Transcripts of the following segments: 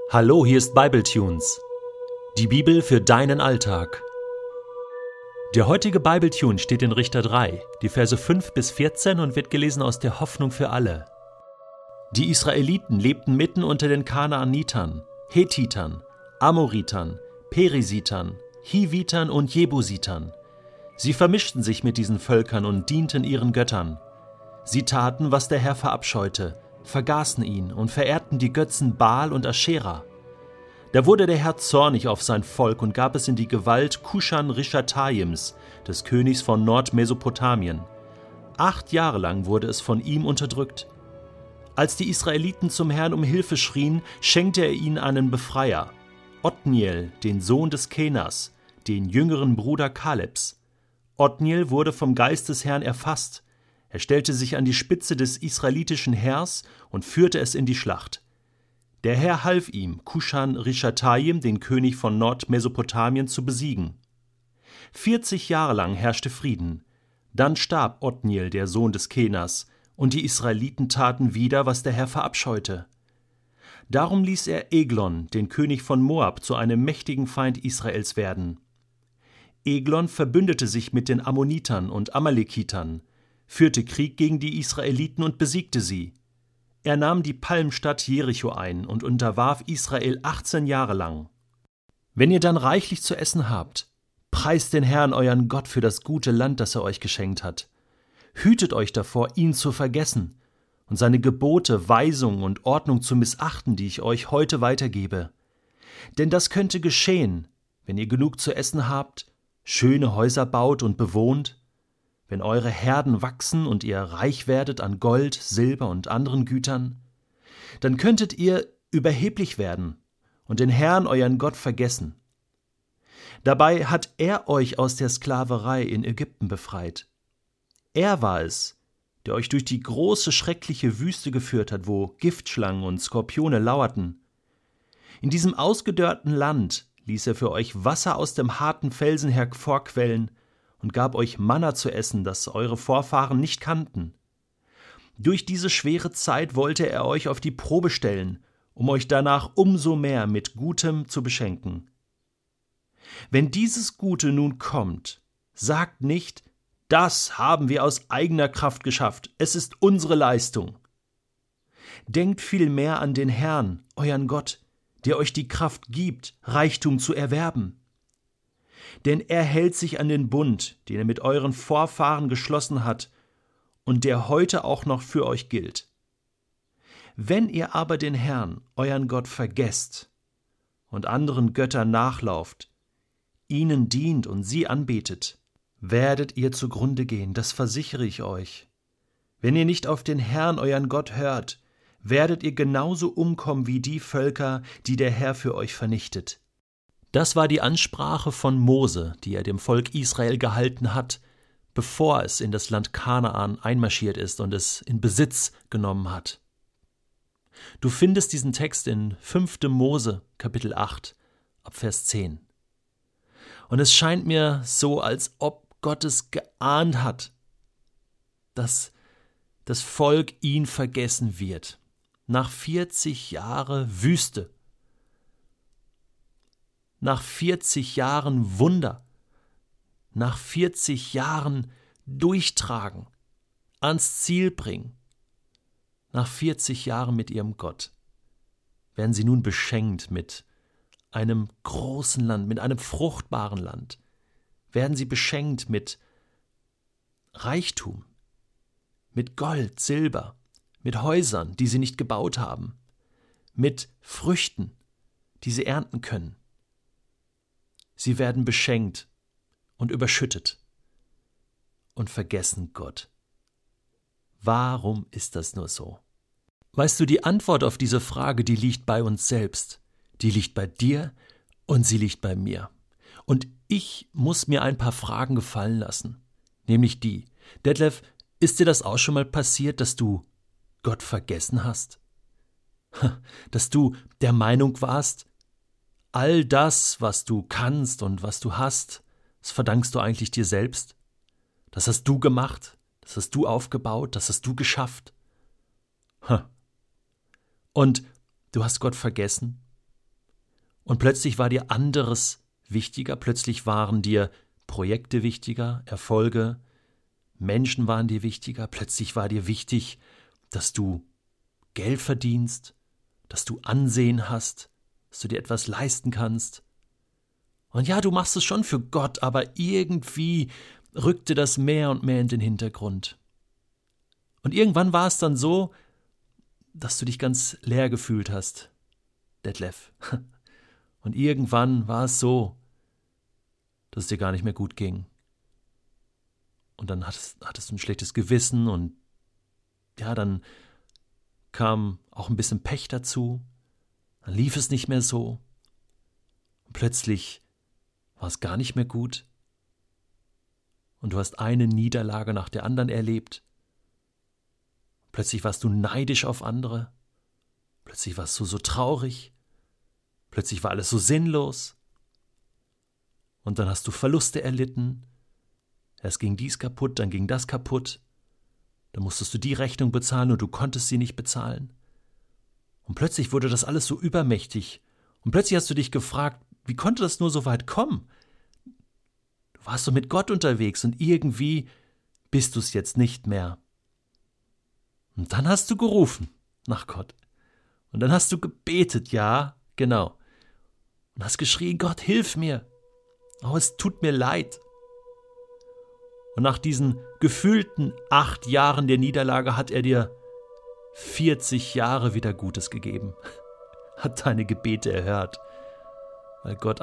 Hallo, hier ist Bibletunes, die Bibel für deinen Alltag. Der heutige Bibletune steht in Richter 3, die Verse 5 bis 14 und wird gelesen aus der Hoffnung für alle. Die Israeliten lebten mitten unter den Kanaanitern, Hethitern, Amoritern, Perisitern, Hivitern und Jebusitern. Sie vermischten sich mit diesen Völkern und dienten ihren Göttern. Sie taten, was der Herr verabscheute, vergaßen ihn und verehrten die Götzen Baal und Aschera. Da wurde der Herr zornig auf sein Volk und gab es in die Gewalt Kushan-Rishataims, des Königs von Nordmesopotamien. 8 Jahre lang wurde es von ihm unterdrückt. Als die Israeliten zum Herrn um Hilfe schrien, schenkte er ihnen einen Befreier, Otniel, den Sohn des Kenas, den jüngeren Bruder Kalebs. Otniel wurde vom Geist des Herrn erfasst. Er stellte sich an die Spitze des israelitischen Heers und führte es in die Schlacht. Der Herr half ihm, Kushan-Rishatayim, den König von Nordmesopotamien, zu besiegen. 40 Jahre lang herrschte Frieden. Dann starb Otniel, der Sohn des Kenas, und die Israeliten taten wieder, was der Herr verabscheute. Darum ließ er Eglon, den König von Moab, zu einem mächtigen Feind Israels werden. Eglon verbündete sich mit den Ammonitern und Amalekitern, führte Krieg gegen die Israeliten und besiegte sie. Er nahm die Palmstadt Jericho ein und unterwarf Israel 18 Jahre lang. Wenn ihr dann reichlich zu essen habt, preist den Herrn, euren Gott, für das gute Land, das er euch geschenkt hat. Hütet euch davor, ihn zu vergessen und seine Gebote, Weisungen und Ordnung zu missachten, die ich euch heute weitergebe. Denn das könnte geschehen, wenn ihr genug zu essen habt, schöne Häuser baut und bewohnt, wenn eure Herden wachsen und ihr reich werdet an Gold, Silber und anderen Gütern, dann könntet ihr überheblich werden und den Herrn, euren Gott, vergessen. Dabei hat er euch aus der Sklaverei in Ägypten befreit. Er war es, der euch durch die große, schreckliche Wüste geführt hat, wo Giftschlangen und Skorpione lauerten. In diesem ausgedörrten Land ließ er für euch Wasser aus dem harten Felsen hervorquellen und gab euch Manna zu essen, das eure Vorfahren nicht kannten. Durch diese schwere Zeit wollte er euch auf die Probe stellen, um euch danach umso mehr mit Gutem zu beschenken. Wenn dieses Gute nun kommt, sagt nicht, das haben wir aus eigener Kraft geschafft, es ist unsere Leistung. Denkt vielmehr an den Herrn, euren Gott, der euch die Kraft gibt, Reichtum zu erwerben. Denn er hält sich an den Bund, den er mit euren Vorfahren geschlossen hat und der heute auch noch für euch gilt. Wenn ihr aber den Herrn, euren Gott, vergesst und anderen Göttern nachlauft, ihnen dient und sie anbetet, werdet ihr zugrunde gehen, das versichere ich euch. Wenn ihr nicht auf den Herrn, euren Gott, hört, werdet ihr genauso umkommen wie die Völker, die der Herr für euch vernichtet. Das war die Ansprache von Mose, die er dem Volk Israel gehalten hat, bevor es in das Land Kanaan einmarschiert ist und es in Besitz genommen hat. Du findest diesen Text in 5. Mose, Kapitel 8, ab Vers 10. Und es scheint mir so, als ob Gott es geahnt hat, dass das Volk ihn vergessen wird. Nach 40 Jahren Wüste, nach 40 Jahren Wunder, nach 40 Jahren Durchtragen, ans Ziel bringen, nach 40 Jahren mit ihrem Gott, werden sie nun beschenkt mit einem großen Land, mit einem fruchtbaren Land, werden sie beschenkt mit Reichtum, mit Gold, Silber, mit Häusern, die sie nicht gebaut haben, mit Früchten, die sie ernten können. Sie werden beschenkt und überschüttet und vergessen Gott. Warum ist das nur so? Weißt du, die Antwort auf diese Frage, die liegt bei uns selbst. Die liegt bei dir und sie liegt bei mir. Und ich muss mir ein paar Fragen gefallen lassen. Nämlich die: Detlef, ist dir das auch schon mal passiert, dass du Gott vergessen hast? Dass du der Meinung warst, all das, was du kannst und was du hast, das verdankst du eigentlich dir selbst? Das hast du gemacht, das hast du aufgebaut, das hast du geschafft. Und du hast Gott vergessen? Und plötzlich war dir anderes wichtiger, plötzlich waren dir Projekte wichtiger, Erfolge, Menschen waren dir wichtiger, plötzlich war dir wichtig, dass du Geld verdienst, dass du Ansehen hast, dass du dir etwas leisten kannst. Und ja, du machst es schon für Gott, aber irgendwie rückte das mehr und mehr in den Hintergrund. Und irgendwann war es dann so, dass du dich ganz leer gefühlt hast, Detlef. Und irgendwann war es so, dass es dir gar nicht mehr gut ging. Und dann hattest du ein schlechtes Gewissen und ja, dann kam auch ein bisschen Pech dazu. Dann lief es nicht mehr so. Und plötzlich war es gar nicht mehr gut. Und du hast eine Niederlage nach der anderen erlebt. Plötzlich warst du neidisch auf andere. Plötzlich warst du so traurig. Plötzlich war alles so sinnlos. Und dann hast du Verluste erlitten. Erst ging dies kaputt, dann ging das kaputt. Dann musstest du die Rechnung bezahlen und du konntest sie nicht bezahlen. Und plötzlich wurde das alles so übermächtig. Und plötzlich hast du dich gefragt, wie konnte das nur so weit kommen? Du warst so mit Gott unterwegs und irgendwie bist du es jetzt nicht mehr. Und dann hast du gerufen nach Gott. Und dann hast du gebetet, ja, genau. Und hast geschrien, Gott, hilf mir. Oh, es tut mir leid. Und nach diesen gefühlten 8 Jahren der Niederlage hat er dir 40 Jahre wieder Gutes gegeben. Hat deine Gebete erhört. Weil Gott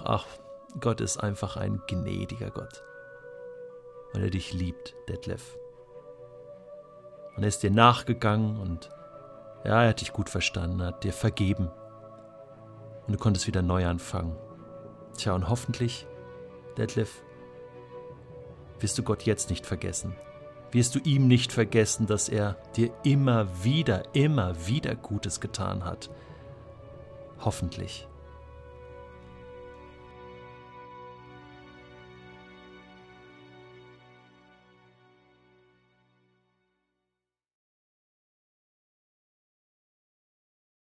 ist einfach ein gnädiger Gott. Weil er dich liebt, Detlef. Und er ist dir nachgegangen und ja, er hat dich gut verstanden, hat dir vergeben. Und du konntest wieder neu anfangen. Tja, und hoffentlich, Detlef, wirst du Gott jetzt nicht vergessen. Wirst du ihm nicht vergessen, dass er dir immer wieder Gutes getan hat. Hoffentlich.